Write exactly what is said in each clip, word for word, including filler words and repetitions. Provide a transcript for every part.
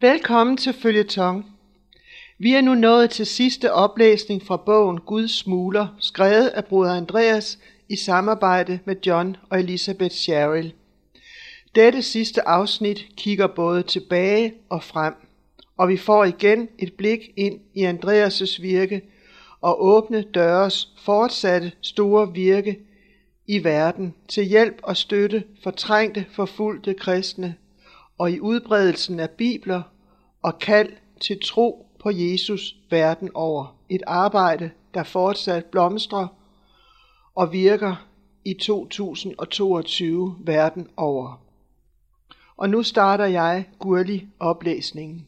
Velkommen til Føljeton. Vi er nu nået til sidste oplæsning fra bogen Guds smugler, skrevet af broder Andreas i samarbejde med John og Elisabeth Sherrill. Dette sidste afsnit kigger både tilbage og frem, og vi får igen et blik ind i Andreas' virke og åbne døres fortsatte store virke i verden til hjælp og støtte for trængte, forfulgte kristne, og i udbredelsen af bibler og kald til tro på Jesus verden over. Et arbejde, der fortsat blomstrer og virker i to tusind toogtyve verden over. Og nu starter jeg Gurli oplæsningen.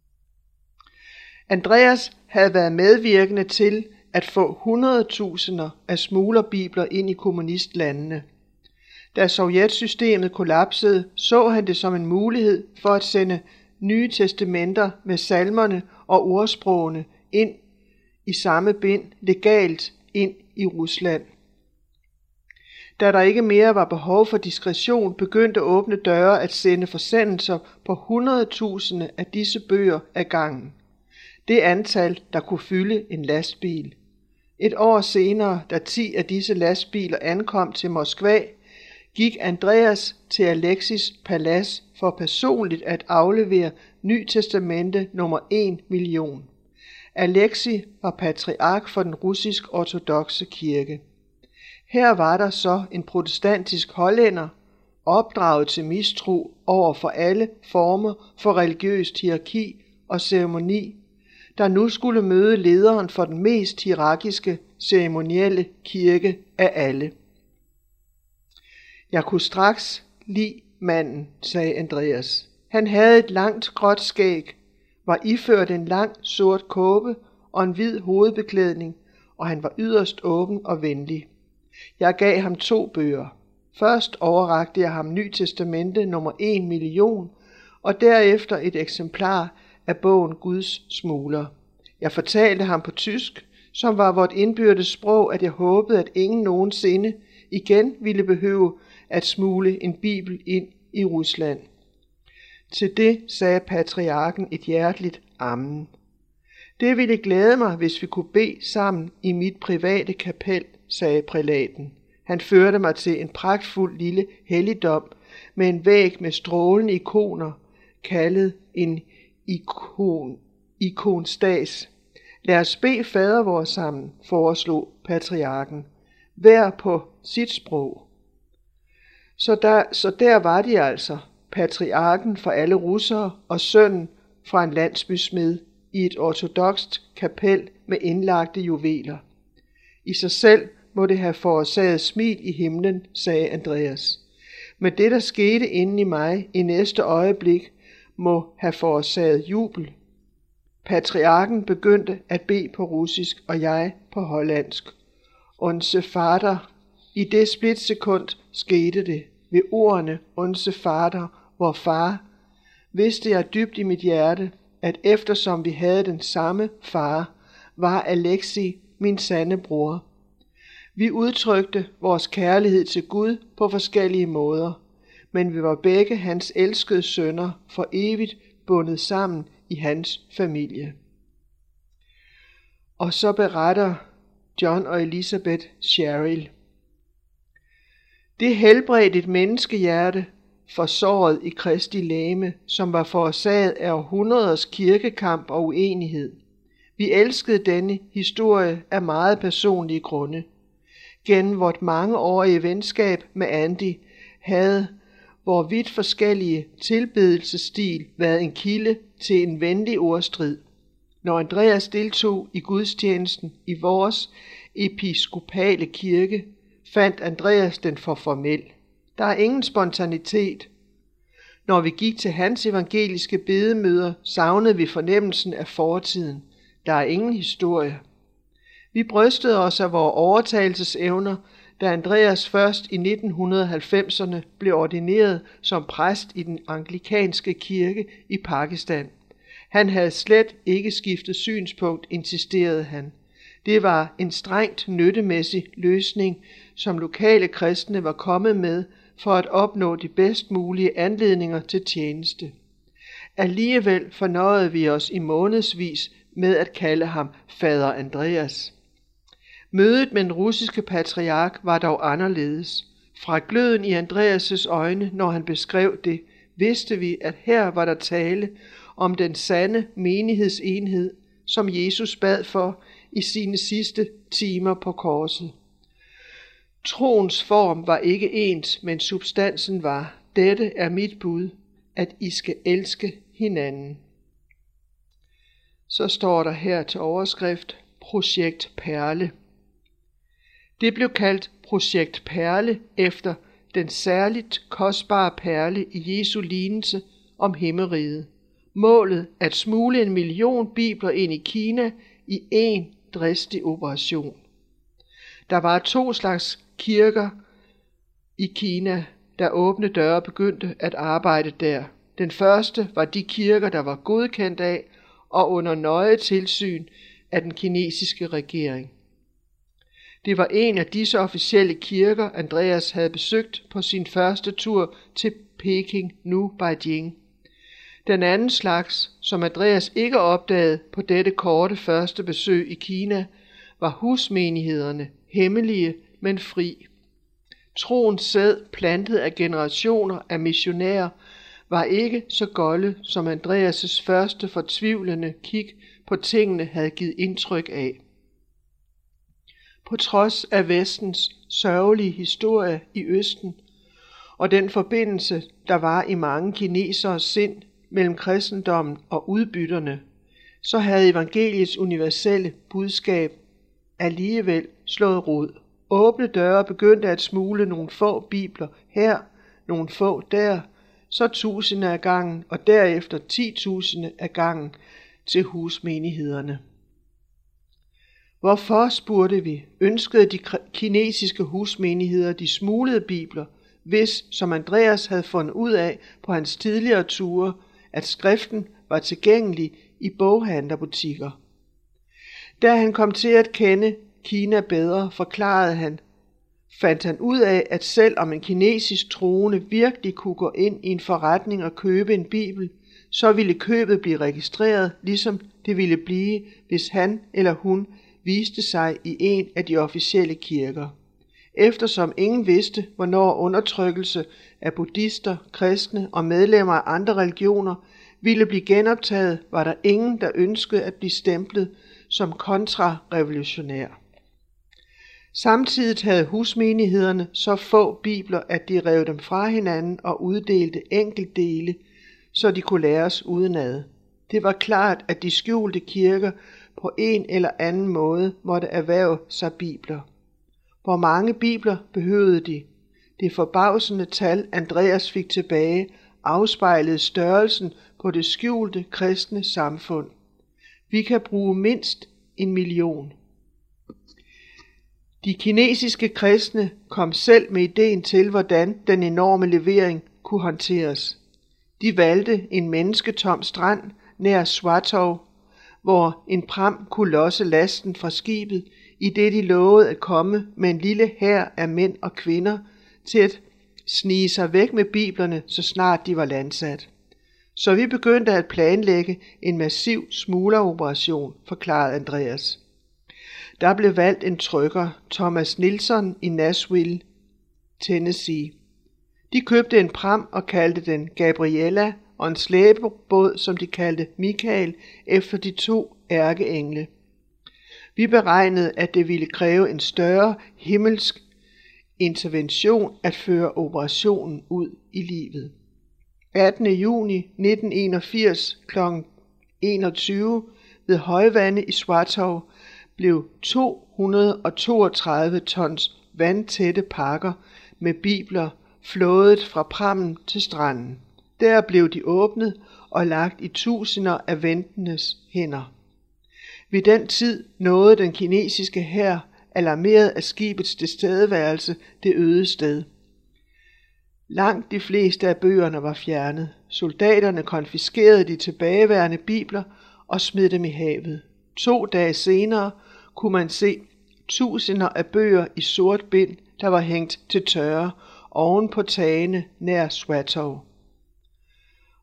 Andreas havde været medvirkende til at få hundredtusinder af smuglerbibler ind i kommunistlandene. Da sovjetsystemet kollapsede, så han det som en mulighed for at sende nye testamenter med salmerne og ordsprogene ind i samme bind legalt ind i Rusland. Da der ikke mere var behov for diskretion, begyndte åbne døre at sende forsendelser på hundredtusinde af disse bøger ad gangen. Det antal, der kunne fylde en lastbil. Et år senere, da ti af disse lastbiler ankom til Moskva, gik Andreas til Alexis palads for personligt at aflevere Ny Testamente nummer en million. Alexi var patriark for den russisk-ortodokse kirke. Her var der så en protestantisk hollænder, opdraget til mistro over for alle former for religiøst hierarki og ceremoni, der nu skulle møde lederen for den mest hierarkiske ceremonielle kirke af alle. Jeg kunne straks lide manden, sagde Andreas. Han havde et langt gråt skæg, var iført en lang sort kåbe og en hvid hovedbeklædning, og han var yderst åben og venlig. Jeg gav ham to bøger. Først overrakte jeg ham Ny Testamente nummer en million, og derefter et eksemplar af bogen Guds smugler. Jeg fortalte ham på tysk, som var vort indbyrdes sprog, at jeg håbede, at ingen nogensinde igen ville behøve at smugle en bibel ind i Rusland. Til det sagde patriarken et hjerteligt amen. Det ville glæde mig, hvis vi kunne bede sammen i mit private kapel, sagde prælaten. Han førte mig til en pragtfuld lille helligdom med en væg med strålende ikoner, kaldet en ikon, ikonstas. Lad os bede fader vor sammen, foreslog patriarken. Hver på sit sprog. Så der, så der var de altså, patriarken for alle russere og sønnen fra en landsbysmed i et ortodokst kapel med indlagte juveler. I sig selv må det have forårsaget smil i himlen, sagde Andreas. Men det, der skete inde i mig i næste øjeblik, må have forårsaget jubel. Patriarken begyndte at bede på russisk, og jeg på hollandsk. Unse fader, i det splitsekund skete det. Ved ordene, unse fader, vor far, vidste jeg dybt i mit hjerte, at eftersom vi havde den samme far, var Alexi min sande bror. Vi udtrykte vores kærlighed til Gud på forskellige måder, men vi var begge hans elskede sønner for evigt bundet sammen i hans familie. Og så beretter John og Elisabeth Sherrill. Det helbredte et menneskehjerte for såret i Kristi legeme, som var forårsaget af århundreders kirkekamp og uenighed. Vi elskede denne historie af meget personlige grunde. Gennem vort mangeårige venskab med Andy havde vor vidt forskellige tilbedelsesstil været en kilde til en venlig ordstrid. Når Andreas deltog i gudstjenesten i vores episkopale kirke, fandt Andreas den for formel. Der er ingen spontanitet. Når vi gik til hans evangeliske bedemøder, savnede vi fornemmelsen af fortiden. Der er ingen historie. Vi brystede os af vores overtagelsesevner, da Andreas først i nitten halvfemserne blev ordineret som præst i den anglikanske kirke i Pakistan. Han havde slet ikke skiftet synspunkt, insisterede han. Det var en strengt nyttemæssig løsning, som lokale kristne var kommet med for at opnå de bedst mulige anledninger til tjeneste. Alligevel fornøjede vi os i månedsvis med at kalde ham fader Andreas. Mødet med den russiske patriark var dog anderledes. Fra gløden i Andreas' øjne, når han beskrev det, vidste vi, at her var der tale om den sande menighedsenhed, som Jesus bad for i sine sidste timer på korset. Troens form var ikke ens, men substansen var: dette er mit bud, at I skal elske hinanden. Så står der her til overskrift: Projekt Perle. Det blev kaldt Projekt Perle efter den særligt kostbare perle i Jesu lignelse om himmeriget. Målet at smugle en million bibler ind i Kina i én dristig operation. Der var to slags kirker i Kina, da åbne døre begyndte at arbejde der. Den første var de kirker, der var godkendt af og under nøje tilsyn af den kinesiske regering. Det var en af disse officielle kirker, Andreas havde besøgt på sin første tur til Peking, nu Beijing. Den anden slags, som Andreas ikke opdagede på dette korte første besøg i Kina, var husmenighederne, hemmelige, men fri. Troens sæd, plantet af generationer af missionærer, var ikke så golde, som Andreas' første fortvivlende kig på tingene havde givet indtryk af. På trods af Vestens sørgelige historie i Østen, og den forbindelse, der var i mange kineseres sind mellem kristendommen og udbytterne, så havde evangeliets universelle budskab alligevel slået rod. Åbne døre begyndte at smugle nogle få bibler her, nogle få der, så tusinde af gangen, og derefter ti tusinde af gangen til husmenighederne. Hvorfor, spurgte vi, ønskede de kinesiske husmenigheder de smuglede bibler, hvis, som Andreas havde fundet ud af på hans tidligere ture, at skriften var tilgængelig i boghandlerbutikker. Da han kom til at kende Kina bedre, forklarede han, fandt han ud af, at selv om en kinesisk troende virkelig kunne gå ind i en forretning og købe en bibel, så ville købet blive registreret, ligesom det ville blive, hvis han eller hun viste sig i en af de officielle kirker. Eftersom ingen vidste, hvornår undertrykkelse af buddhister, kristne og medlemmer af andre religioner ville blive genoptaget, var der ingen, der ønskede at blive stemplet som kontrarevolutionær. Samtidig havde husmenighederne så få bibler, at de rev dem fra hinanden og uddelte enkeltdele, så de kunne læres udenad. Det var klart, at de skjulte kirker på en eller anden måde måtte erhverve sig bibler. Hvor mange bibler behøvede de? Det forbavsende tal, Andreas fik tilbage, afspejlede størrelsen på det skjulte kristne samfund. Vi kan bruge mindst en million. De kinesiske kristne kom selv med ideen til, hvordan den enorme levering kunne håndteres. De valgte en mennesketom strand nær Swatow, hvor en pram kunne losse lasten fra skibet, i det de lovede at komme med en lille hær af mænd og kvinder til at snige sig væk med biblerne, så snart de var landsat. Så vi begyndte at planlægge en massiv smugleroperation, forklarede Andreas. Der blev valgt en trykker, Thomas Nilsson i Nashville, Tennessee. De købte en pram og kaldte den Gabriella, og en slæbebåd, som de kaldte Michael, efter de to ærkeengle. Vi beregnede, at det ville kræve en større himmelsk intervention at føre operationen ud i livet. attende juni nitten enogfirs kl. enogtyve ved højvande i Swatow blev to hundrede og toogtredive tons vandtætte pakker med bibler flådet fra prammen til stranden. Der blev de åbnet og lagt i tusinder af ventendes hænder. Ved den tid nåede den kinesiske hær, alarmeret af skibets tilstedeværelse, det øde sted. Langt de fleste af bøgerne var fjernet. Soldaterne konfiskerede de tilbageværende bibler og smed dem i havet. To dage senere kunne man se tusinder af bøger i sort bind, der var hængt til tørre oven på tagene nær Swatow.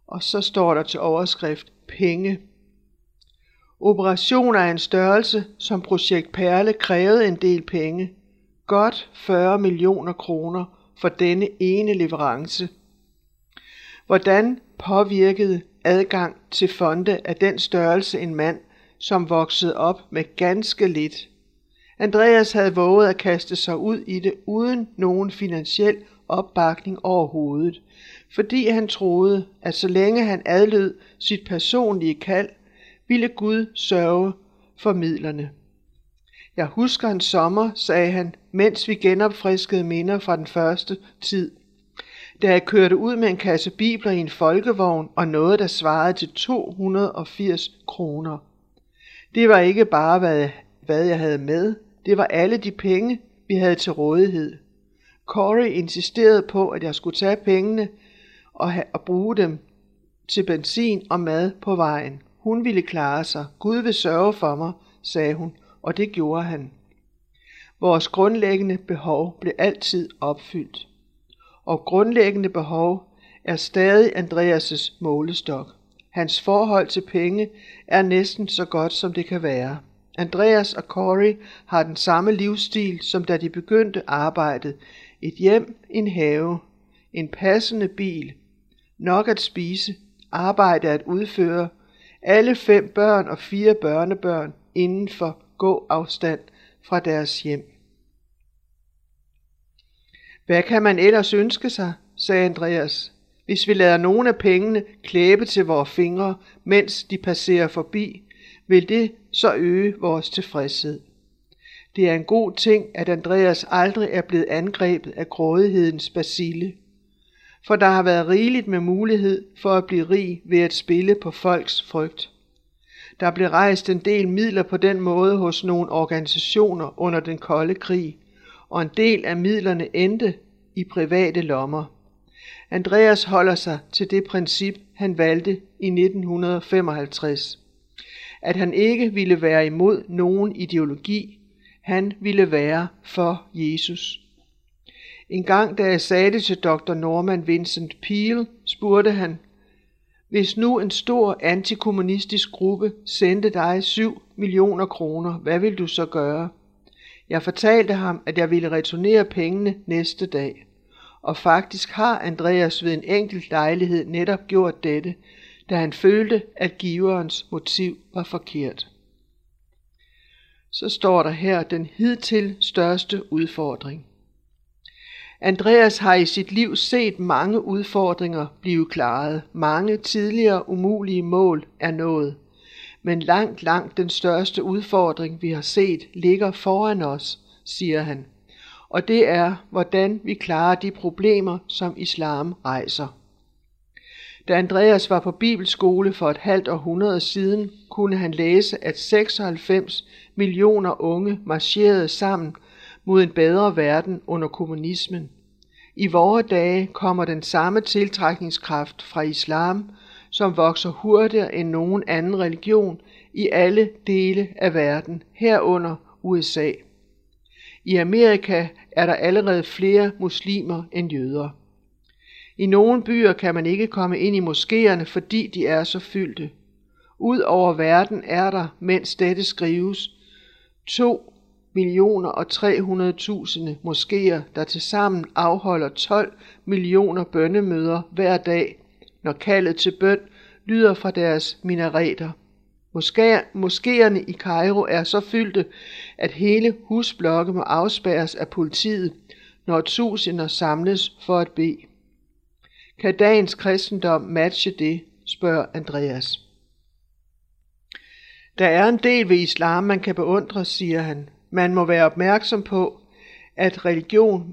Og så står der til overskrift penge. Operationer af en størrelse som Projekt Perle krævede en del penge. Godt fyrre millioner kroner for denne ene leverance. Hvordan påvirkede adgang til fonde af den størrelse en mand, som voksede op med ganske lidt? Andreas havde våget at kaste sig ud i det uden nogen finansiel opbakning overhovedet, fordi han troede, at så længe han adlød sit personlige kald, ville Gud sørge for midlerne. Jeg husker en sommer, sagde han, mens vi genopfriskede minder fra den første tid. Da jeg kørte ud med en kasse bibler i en folkevogn og noget, der svarede til to hundrede og firs kroner. Det var ikke bare, hvad, hvad jeg havde med. Det var alle de penge, vi havde til rådighed. Corey insisterede på, at jeg skulle tage pengene og, have, og bruge dem til benzin og mad på vejen. Hun ville klare sig. Gud vil sørge for mig, sagde hun, og det gjorde han. Vores grundlæggende behov blev altid opfyldt. Og grundlæggende behov er stadig Andreas' målestok. Hans forhold til penge er næsten så godt, som det kan være. Andreas og Corey har den samme livsstil, som da de begyndte arbejdet. Et hjem, en have, en passende bil, nok at spise, arbejde at udføre, alle fem børn og fire børnebørn inden for gåafstand fra deres hjem. Hvad kan man ellers ønske sig, sagde Andreas, hvis vi lader nogle af pengene klæbe til vores fingre, mens de passerer forbi, vil det så øge vores tilfredshed. Det er en god ting, at Andreas aldrig er blevet angrebet af grådighedens bacille, for der har været rigeligt med mulighed for at blive rig ved at spille på folks frygt. Der blev rejst en del midler på den måde hos nogle organisationer under den kolde krig, og en del af midlerne endte i private lommer. Andreas holder sig til det princip, han valgte i nitten femoghalvtreds. At han ikke ville være imod nogen ideologi, han ville være for Jesus. En gang, da jeg sagde det til doktor Norman Vincent Peale, spurgte han, hvis nu en stor antikommunistisk gruppe sendte dig syv millioner kroner, hvad vil du så gøre? Jeg fortalte ham, at jeg ville returnere pengene næste dag. Og faktisk har Andreas ved en enkelt lejlighed netop gjort dette, da han følte, at giverens motiv var forkert. Så står der her den hidtil største udfordring. Andreas har i sit liv set mange udfordringer blive klaret. Mange tidligere umulige mål er nået. Men langt, langt den største udfordring, vi har set, ligger foran os, siger han. Og det er, hvordan vi klarer de problemer, som islam rejser. Da Andreas var på bibelskole for et halvt århundrede siden, kunne han læse, at seksoghalvfems millioner unge marcherede sammen mod en bedre verden under kommunismen. I vore dage kommer den samme tiltrækningskraft fra islam, som vokser hurtigere end nogen anden religion i alle dele af verden, herunder U S A. I Amerika er der allerede flere muslimer end jøder. I nogle byer kan man ikke komme ind i moskéerne, fordi de er så fyldte. Ud over verden er der, mens dette skrives, to millioner og tre hundrede tusinde moskéer, der tilsammen afholder tolv millioner bønnemøder hver dag, når kaldet til bøn lyder fra deres minareter. Moskéerne i Kairo er så fyldte, at hele husblokke må afspærres af politiet, når tusinder samles for at bede. Kan dagens kristendom matche det, spørger Andreas. Der er en del ved islam, man kan beundre, siger han. Man må være opmærksom på, at religion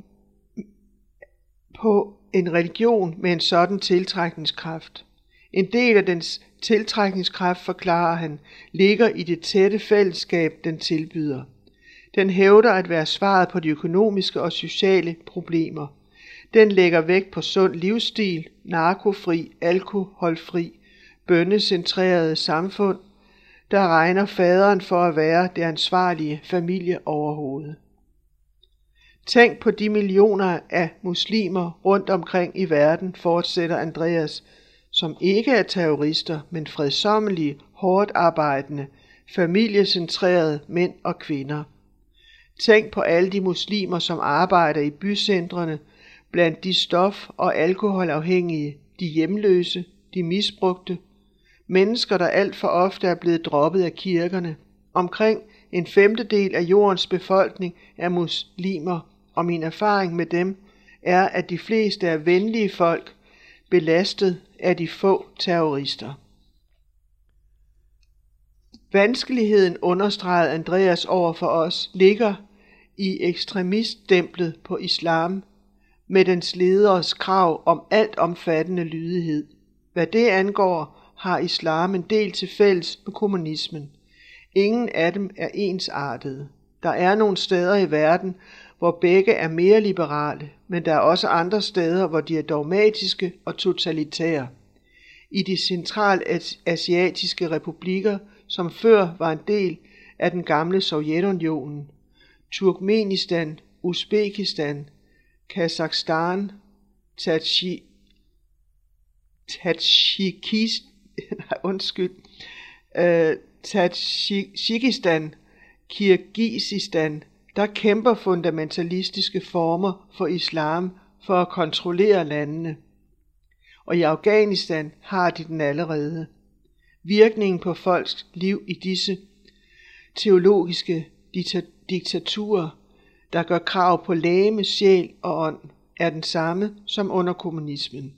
på en religion med en sådan tiltrækningskraft. En del af dens tiltrækningskraft, forklarer han, ligger i det tætte fællesskab, den tilbyder. Den hævder at være svaret på de økonomiske og sociale problemer. Den lægger vægt på sund livsstil, narkofri, alkoholfri, bønnecentrerede samfund, der regner faderen for at være det ansvarlige familieoverhoved. Tænk på de millioner af muslimer rundt omkring i verden, fortsætter Andreas, som ikke er terrorister, men fredsommelige, hårdt arbejdende, familiecentrerede mænd og kvinder. Tænk på alle de muslimer, som arbejder i bycentrene, blandt de stof- og alkoholafhængige, de hjemløse, de misbrugte, mennesker, der alt for ofte er blevet droppet af kirkerne. Omkring en femtedel af jordens befolkning er muslimer, og min erfaring med dem er, at de fleste er venlige folk, belastet af de få terrorister. Vanskeligheden, understregede Andreas over for os, ligger i ekstremiststemplet på islam, med dens leders krav om alt omfattende lydighed. Hvad det angår, har islam en del til fælles med kommunismen. Ingen af dem er ensartede. Der er nogle steder i verden, hvor begge er mere liberale, men der er også andre steder, hvor de er dogmatiske og totalitære. I de centralasiatiske republikker, som før var en del af den gamle Sovjetunionen, Turkmenistan, Uzbekistan, Kazakhstan, Tadsjikistan, undskyld, øh, Tadsjikistan, Kirgisistan, der kæmper fundamentalistiske former for islam for at kontrollere landene. Og i Afghanistan har de den allerede. Virkningen på folks liv i disse teologiske diktaturer, der gør krav på legeme, sjæl og ånd, er den samme som under kommunismen.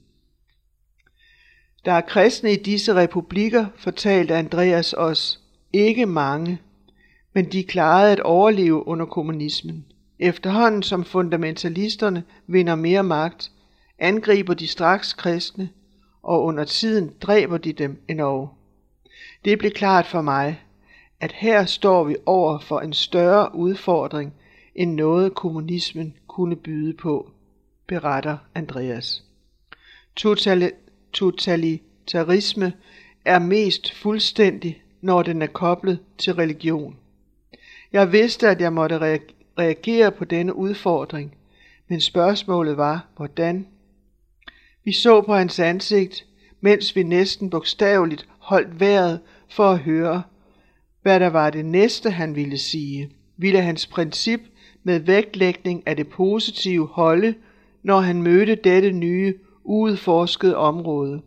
Der er kristne i disse republikker, fortalte Andreas os. Ikke mange, men de klarede at overleve under kommunismen. Efterhånden som fundamentalisterne vinder mere magt, angriber de straks kristne, og under tiden dræber de dem endnu. Det blev klart for mig, at her står vi over for en større udfordring, end noget kommunismen kunne byde på, beretter Andreas. Total- totalitarisme er mest fuldstændig, når den er koblet til religion. Jeg vidste, at jeg måtte reagere på denne udfordring, men spørgsmålet var, hvordan? Vi så på hans ansigt, mens vi næsten bogstaveligt holdt vejret for at høre, hvad der var det næste, han ville sige. Ville hans princip med vægtlægning af det positive holde, når han mødte dette nye, uudforskede område?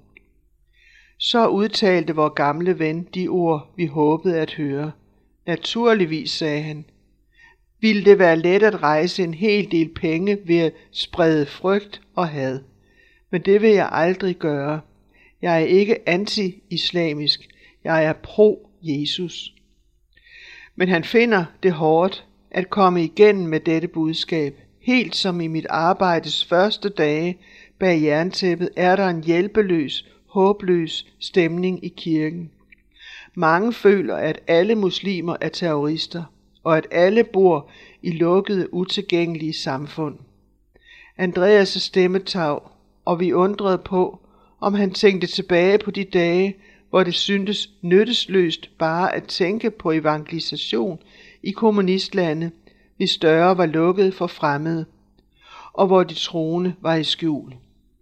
Så udtalte vor gamle ven de ord, vi håbede at høre. Naturligvis, sagde han, ville det være let at rejse en hel del penge ved at sprede frygt og had. Men det vil jeg aldrig gøre. Jeg er ikke anti-islamisk. Jeg er pro-Jesus. Men han finder det hårdt at komme igennem med dette budskab. Helt som i mit arbejdes første dage bag jerntæppet er der en hjælpeløs, håbløs stemning i kirken. Mange føler, at alle muslimer er terrorister, og at alle bor i lukkede, utilgængelige samfund. Andreas' stemme tav, og vi undrede på, om han tænkte tilbage på de dage, hvor det syntes nyttesløst bare at tænke på evangelisation i kommunistlande, hvis døre var lukket for fremmede, og hvor de troende var i skjul.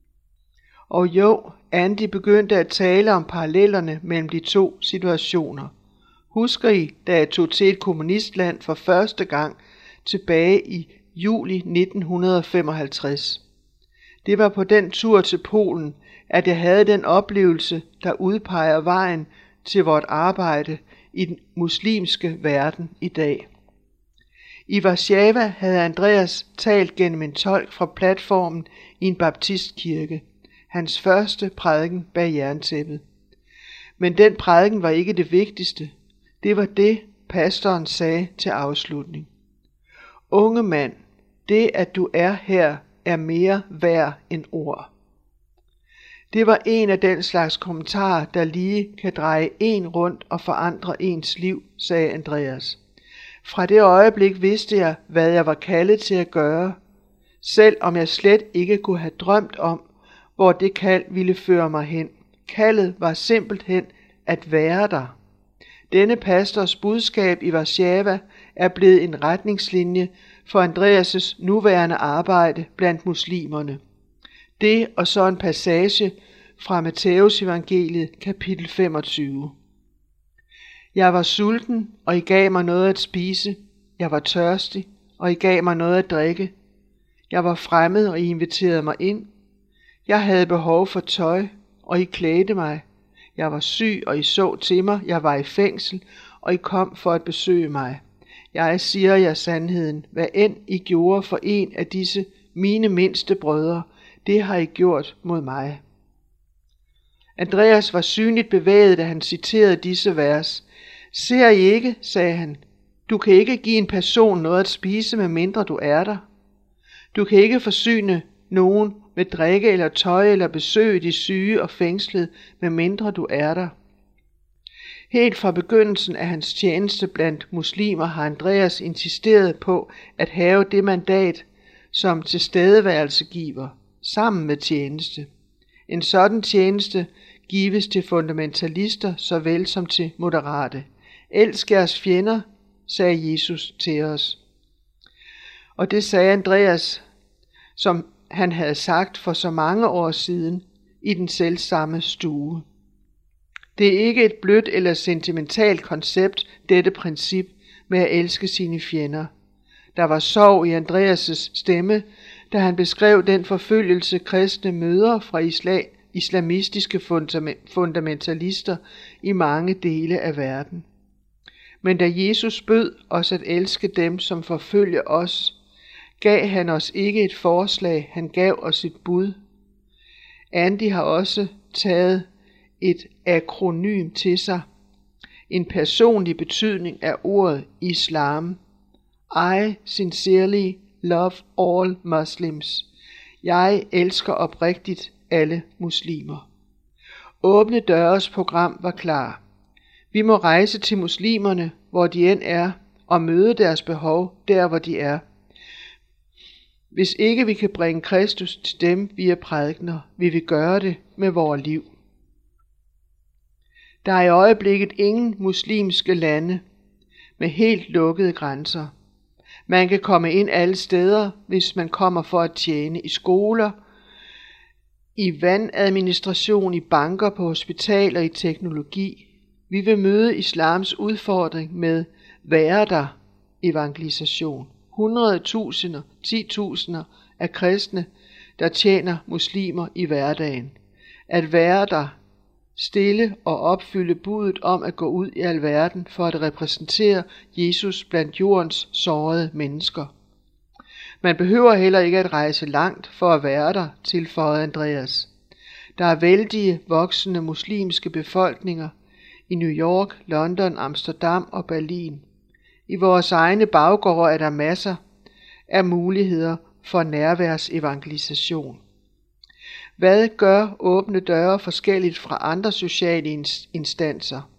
Og jo, Andy begyndte at tale om parallellerne mellem de to situationer. Husker I, da jeg tog til et kommunistland for første gang tilbage i juli nitten femoghalvtreds? Det var på den tur til Polen, at jeg havde den oplevelse, der udpeger vejen til vort arbejde i den muslimske verden i dag. I Warszawa havde Andreas talt gennem en tolk fra platformen i en baptistkirke. Hans første prædiken bag jerntæppet. Men den prædiken var ikke det vigtigste. Det var det, pastoren sagde til afslutning. Unge mand, det at du er her, er mere værd end ord. Det var en af den slags kommentarer, der lige kan dreje en rundt og forandre ens liv, sagde Andreas. Fra det øjeblik vidste jeg, hvad jeg var kaldet til at gøre, selv om jeg slet ikke kunne have drømt om, hvor det kald ville føre mig hen. Kaldet var simpelthen at være der. Denne pastors budskab i Warszawa er blevet en retningslinje for Andreas' nuværende arbejde blandt muslimerne. Det og så en passage fra Matthæus evangeliet kapitel femogtyve. Jeg var sulten, og I gav mig noget at spise. Jeg var tørstig, og I gav mig noget at drikke. Jeg var fremmed, og I inviterede mig ind. Jeg havde behov for tøj, og I klædte mig. Jeg var syg, og I så til mig. Jeg var i fængsel, og I kom for at besøge mig. Jeg siger jer sandheden. Hvad end I gjorde for en af disse mine mindste brødre, det har I gjort mod mig. Andreas var synligt bevæget, da han citerede disse vers. Ser I ikke, sagde han, du kan ikke give en person noget at spise, medmindre du er der. Du kan ikke forsyne nogen med drikke eller tøj eller besøge de syge og fængslede, medmindre du er der. Helt fra begyndelsen af hans tjeneste blandt muslimer har Andreas insisteret på at have det mandat, som tilstedeværelse giver, sammen med tjeneste. En sådan tjeneste gives til fundamentalister såvel som til moderate. Elsk jeres fjender, sagde Jesus til os. Og det sagde Andreas, som han havde sagt for så mange år siden i den selvsamme stue. Det er ikke et blødt eller sentimentalt koncept, dette princip med at elske sine fjender. Der var sorg i Andreas' stemme, da han beskrev den forfølgelse, kristne møder fra islam, islamistiske fundamentalister i mange dele af verden. Men da Jesus bød os at elske dem, som forfølger os, gav han os ikke et forslag, han gav os et bud. Andy har også taget et akronym til sig, en personlig betydning af ordet islam. I sincerely love all Muslims. Jeg elsker oprigtigt alle muslimer. Åbne Døres program var klar. Vi må rejse til muslimerne, hvor de end er, og møde deres behov der, hvor de er. Hvis ikke vi kan bringe Kristus til dem via prædikener, vil vi gøre det med vores liv. Der er i øjeblikket ingen muslimske lande med helt lukkede grænser. Man kan komme ind alle steder, hvis man kommer for at tjene i skoler, i vandadministration, i banker, på hospitaler, i teknologi. Vi vil møde islams udfordring med være der evangelisation. Hundrede tusinder, ti tusinder af kristne, der tjener muslimer i hverdagen. At være der stille og opfylde budet om at gå ud i alverden for at repræsentere Jesus blandt jordens sårede mennesker. Man behøver heller ikke at rejse langt for at være der, tilføjede Andreas. Der er vældige, voksende muslimske befolkninger i New York, London, Amsterdam og Berlin. I vores egne baggårde er der masser af muligheder for nærværsevangelisation. Hvad gør Åbne Døre forskelligt fra andre sociale instanser?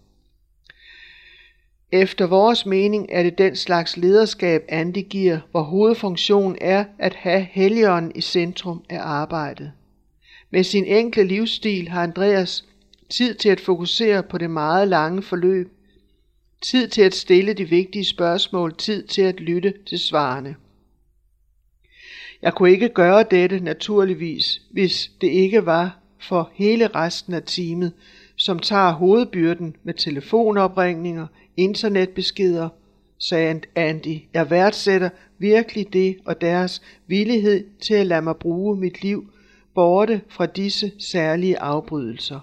Efter vores mening er det den slags lederskab, Andy giver, hvor hovedfunktionen er at have Helligånden i centrum af arbejdet. Med sin enkle livsstil har Andreas tid til at fokusere på det meget lange forløb, tid til at stille de vigtige spørgsmål, tid til at lytte til svarene. Jeg kunne ikke gøre dette naturligvis, hvis det ikke var for hele resten af teamet, som tager hovedbyrden med telefonopringninger, internetbeskeder, sagde Andy. Jeg værdsætter virkelig det og deres villighed til at lade mig bruge mit liv borte fra disse særlige afbrydelser.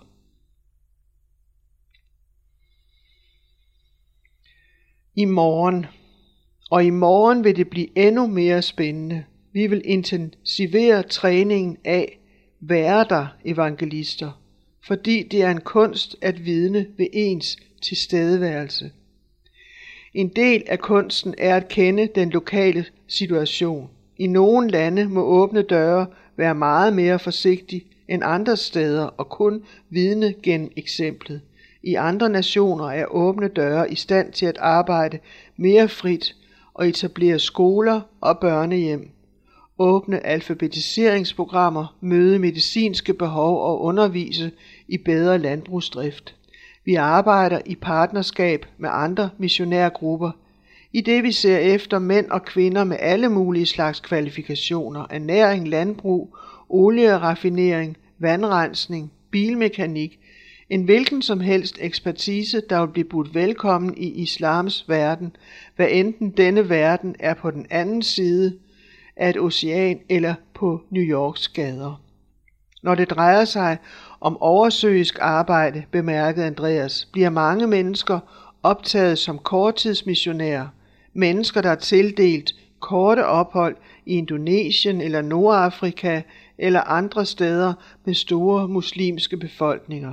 I morgen, og i morgen vil det blive endnu mere spændende. Vi vil intensivere træningen af være der evangelister, fordi det er en kunst at vidne ved ens tilstedeværelse. En del af kunsten er at kende den lokale situation. I nogle lande må Åbne Døre være meget mere forsigtig end andre steder og kun vidne gennem eksemplet. I andre nationer er Åbne Døre i stand til at arbejde mere frit og etablere skoler og børnehjem, åbne alfabetiseringsprogrammer, møde medicinske behov og undervise i bedre landbrugsdrift. Vi arbejder i partnerskab med andre missionærgrupper, i det vi ser efter mænd og kvinder med alle mulige slags kvalifikationer, ernæring, landbrug, olieraffinering, vandrensning, bilmekanik, en hvilken som helst ekspertise, der vil blive budt velkommen i islams verden, hvad enten denne verden er på den anden side af et ocean eller på New Yorks gader. Når det drejer sig om oversøisk arbejde, bemærkede Andreas, bliver mange mennesker optaget som korttidsmissionærer, mennesker, der er tildelt korte ophold i Indonesien eller Nordafrika eller andre steder med store muslimske befolkninger.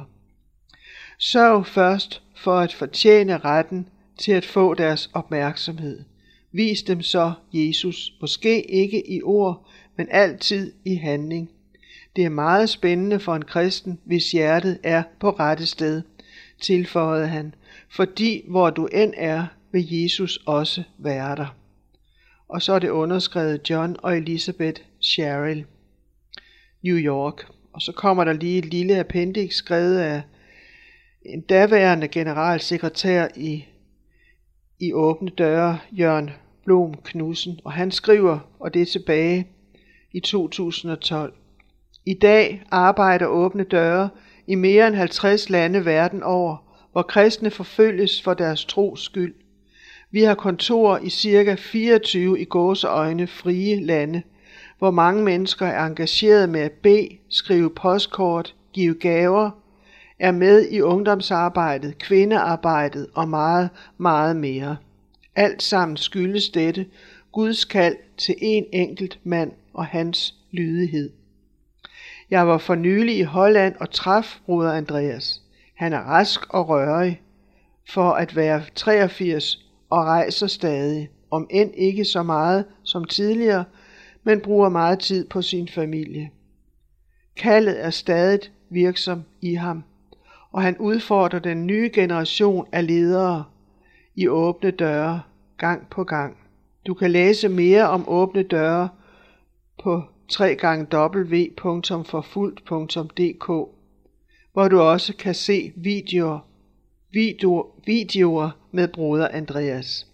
Sørg først for at fortjene retten til at få deres opmærksomhed. Vis dem så Jesus, måske ikke i ord, men altid i handling. Det er meget spændende for en kristen, hvis hjertet er på rette sted, tilføjede han, fordi hvor du end er, vil Jesus også være der. Og så er det underskrevet John og Elizabeth Sherrill, New York. Og så kommer der lige et lille appendix skrevet af en daværende generalsekretær i, i Åbne Døre, Jørgen Blom Knudsen, og han skriver, og det er tilbage i to tusind og tolv. I dag arbejder Åbne Døre i mere end halvtreds lande verden over, hvor kristne forfølges for deres tros skyld. Vi har kontorer i cirka fireogtyve i gåseøjne frie lande, hvor mange mennesker er engageret med at bede, skrive postkort, give gaver, er med i ungdomsarbejdet, kvindearbejdet og meget, meget mere. Alt sammen skyldes dette Guds kald til en enkelt mand og hans lydighed. Jeg var for nylig i Holland og traf broder Andreas. Han er rask og rørig for at være treogfirs og rejser stadig, om end ikke så meget som tidligere, men bruger meget tid på sin familie. Kaldet er stadig virksom i ham, og han udfordrer den nye generation af ledere i Åbne Døre gang på gang. Du kan læse mere om Åbne Døre på w w w punktum forfulgt punktum d k, hvor du også kan se videoer, videoer, videoer med broder Andreas.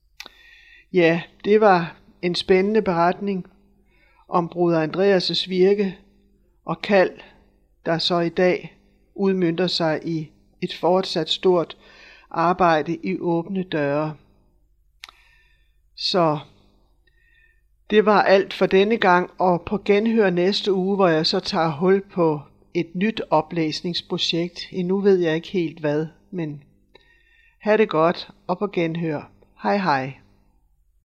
Ja, det var en spændende beretning om broder Andreas' virke og kald, der så i dag udmønter sig i et fortsat stort arbejde i Åbne Døre. Så det var alt for denne gang, og på genhør næste uge, hvor jeg så tager hul på et nyt oplæsningsprojekt. Endnu ved jeg ikke helt hvad, men ha' det godt og på genhør. Hej hej.